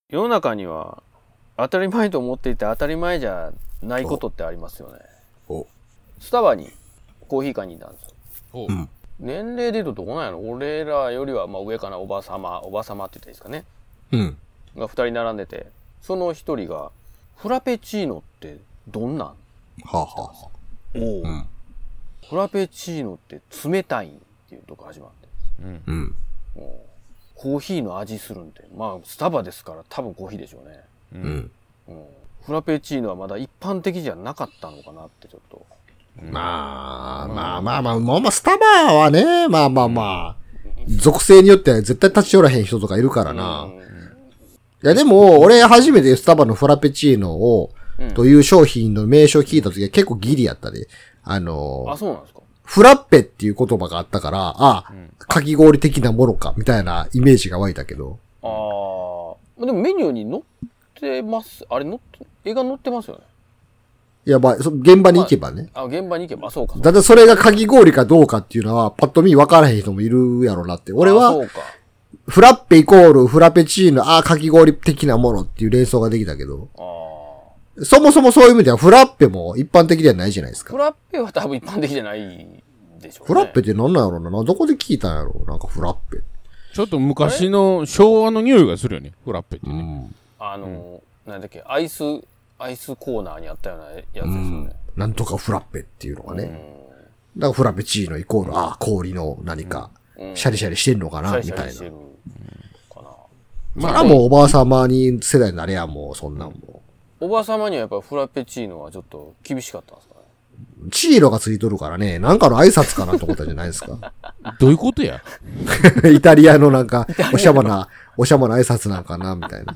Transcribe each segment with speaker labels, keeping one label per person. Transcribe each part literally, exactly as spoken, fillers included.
Speaker 1: 世の中には当たり前と思っていて当たり前じゃないことってありますよね。
Speaker 2: お
Speaker 1: スタバにコーヒー買いに行ったんですよ。
Speaker 2: お、うん、
Speaker 1: 年齢で言うとどこなんやろ。俺らよりはまあ上かな。おばさまおばさまって言ったらいいですかね、
Speaker 2: うん、
Speaker 1: がふたり並んでて、そのひとりがフラペチーノってどんなん、
Speaker 2: はあはあはあ、
Speaker 1: おお、うん、フラペチーノって冷たいんっていうとこ始まって、
Speaker 2: うんうん、
Speaker 1: コーヒーの味するんで、まあスタバですから多分コーヒーでしょうね。
Speaker 2: うん、
Speaker 1: うん、フラペチーノはまだ一般的じゃなかったのかなってちょっと。
Speaker 2: まあまあまあまあまあまあスタバはね、まあまあまあ属性によっては絶対立ち寄らへん人とかいるからな。うん、いやでも俺初めてスタバのフラペチーノを、うん、という商品の名称聞いた時は結構ギリやったで。あのー、
Speaker 1: あ、そうなんですか。
Speaker 2: フラッペっていう言葉があったから、ああ、うん、かき氷的なものかみたいなイメージが湧いたけど。
Speaker 1: ああ、でもメニューに載ってます。あれ載って絵が載ってますよね。
Speaker 2: いや、まあ、現場に行けばね。
Speaker 1: まあ、あ、現場に行けば、そうか。
Speaker 2: だってそれがかき氷かどうかっていうのは、パッと見分からへん人もいるやろなって。俺は、フラッペイコールフラペチーノ、ああ、かき氷的なものっていう連想ができたけど。あ、そもそもそういう意味では、フラッペも一般的ではないじゃないですか。
Speaker 1: フラッペは多分一般的じゃないでしょうね。
Speaker 2: フラッペって何なんやろうな。どこで聞いたんやろう。なんかフラッペ。
Speaker 3: ちょっと昔の昭和の匂いがするよね、フラッペってね。うん、
Speaker 1: あの、うん、なんだっけ、アイス、アイスコーナーにあったようなやつですよね。うん、
Speaker 2: なんとかフラッペっていうのがね。うん、だからフラペチーノイコール、うん、ああ、氷の何か、うん、シャリシャリしてんのかな、みたいな。シャリシャリしてるかな。まあ、それはもうおばあ様に世代になれや、もう、そんなんも
Speaker 1: う。おばあ様にはやっぱフラペチーノはちょっと厳しかったんですかね。
Speaker 2: チーノがついとるからね、なんかの挨拶かなと思ったんじゃないですか。
Speaker 3: どういうことや
Speaker 2: イタリアのなんか、おしゃまな、おしゃまな挨拶なんかな、みたいな。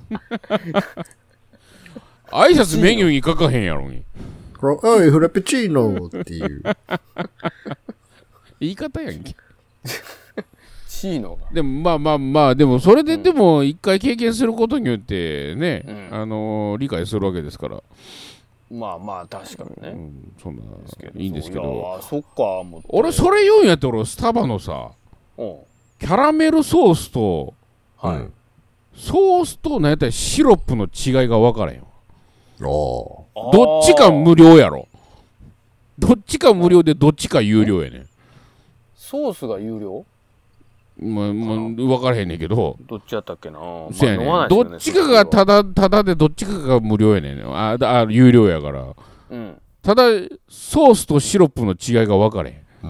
Speaker 3: 挨拶メニューに書かへんやろに。
Speaker 2: おい、フラペチーノっていう。
Speaker 3: 言い方やんけ。
Speaker 1: チーノが。
Speaker 3: でもまあまあまあ、でもそれででも一回経験することによってね、うん、あのー、理解するわけですから。
Speaker 1: まあまあ確かにね。
Speaker 3: うん、そんな、いいんですけど。
Speaker 1: あ、そっか、もう。
Speaker 3: 俺それ言うんやって俺スタバのさ、うん、キャラメルソースと、
Speaker 1: はい、
Speaker 3: ソースと何やったらシロップの違いが分からへんわ。
Speaker 2: ど
Speaker 3: っちか無料やろ。どっちか無料でどっちか有料やねん。
Speaker 1: ソースが有料？
Speaker 3: まあ、まあ、分からへんねんけど。
Speaker 1: どっちやったっけな。
Speaker 3: そうやねん。まあ、どっちかがただ、ただでどっちかが無料やねん。あ、あ、有料やから。うん。ただ、ソースとシロップの違いが分からへん。
Speaker 2: うん。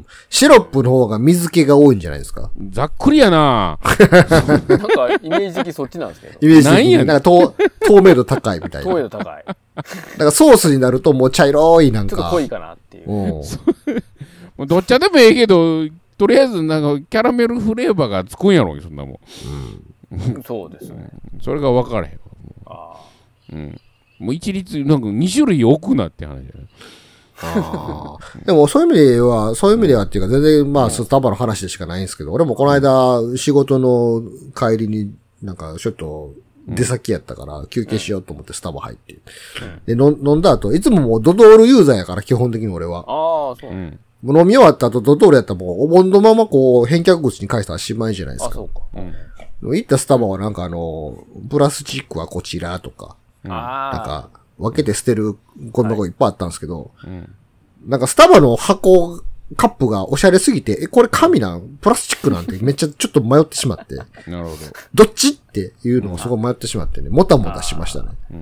Speaker 2: シロップの方が水気が多いんじゃないですか。
Speaker 3: ざっくりやな
Speaker 1: なんか、イメージ的そっちなんですけど。
Speaker 2: イメージ的に。なんか透、透明度高いみたいな。
Speaker 1: 透明度高い。
Speaker 2: だからソースになるともう茶色いなんか。
Speaker 1: ちょっと濃いかなっていう。
Speaker 3: うん。どっちでもええけど、とりあえずなんかキャラメルフレーバーがつくんやろ、そんなもん。
Speaker 1: うん、そうですね。
Speaker 3: それが分からへんわ。ああ。うん。もう一律、なんかに種類多くなって話じゃない。
Speaker 2: ああ。でもそういう意味では、そういう意味ではっていうか、全然まあスタバの話でしかないんですけど、俺もこの間仕事の帰りになんかちょっと出先やったから休憩しようと思ってスタバ入って。で、飲んだ後、いつももうドトールユーザーやから基本的に俺は。
Speaker 1: ああ、そう。
Speaker 2: うん飲み終わった後、ドトールやったらもう、お盆のままこう、返却口に返したらしまいじゃないですか。
Speaker 1: あ、そうか。
Speaker 2: うん。行ったスタバはなんかあの、プラスチックはこちらとか、
Speaker 1: うん、
Speaker 2: なんか、分けて捨てるこんな子いっぱいあったんですけど、はい、なんかスタバの箱、カップがおしゃれすぎて、え、これ紙なんプラスチックなんてめっちゃちょっと迷ってしまって。な
Speaker 3: るほど。
Speaker 2: どっちっていうのをすごい迷ってしまってね、もたもたしましたね。
Speaker 1: うんうん、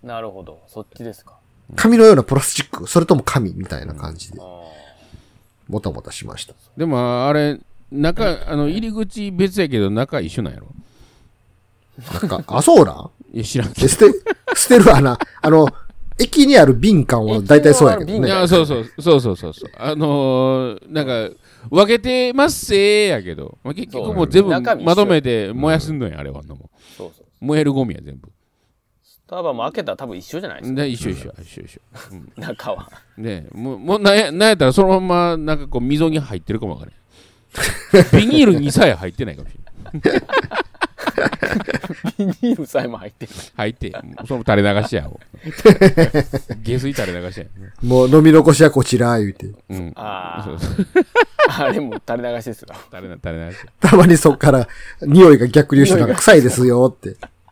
Speaker 1: なるほど。そっちですか。
Speaker 2: 紙のようなプラスチック、それとも紙みたいな感じで。もたもたしました。
Speaker 3: でも、あれ、中、あの、入り口別やけど、中一緒なんやろ
Speaker 2: 中、あ、そうなん
Speaker 3: いや、知らんけど。
Speaker 2: 捨て、捨てる穴、あの、駅にある瓶缶は大体そうやけどね。
Speaker 3: いや、そうそう、そうそうそうそう。あのー、なんか、分けてますせーやけど、まあ、結局もう全部まとめて燃やすんのや、あれは。そう
Speaker 1: そう。
Speaker 3: 燃えるゴミや、全部。
Speaker 1: スタバも開けたら多分一緒じゃないですか。
Speaker 3: 一緒一緒、一緒一緒。
Speaker 1: うん、中は。
Speaker 3: ねえ、もう、もうなや、なんやったらそのまま、なんかこう、溝に入ってるかもわからん。ビニールにさえ入ってないかもしれない。
Speaker 1: ビニールさえも入ってる。
Speaker 3: 入って、その垂れ流しや。下水垂れ流しや。
Speaker 2: もう飲み残しはこちら、言うて。
Speaker 1: うん。ああ。あれも垂れ流しですよ。
Speaker 3: 垂れ、垂れ流し。
Speaker 2: たまにそっから匂いが逆流して臭いですよって。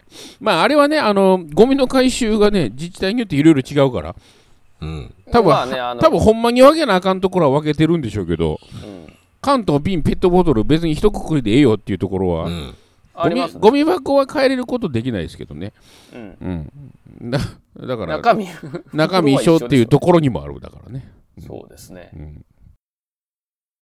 Speaker 3: まああれはね、あのゴミの回収がね、自治体によっていろいろ違うから、うん、多分、まあね、多分ほんまに分けなあかんところは分けてるんでしょうけど、うん、缶と瓶、ペットボトル、別に一括りでええよっていうところは、うん、ゴミ、ね、ゴミ箱は変えれることできないですけどね。うんうん、だ, だから、中身、中身一緒っていうところにもあるだからね。
Speaker 1: そうですね。うん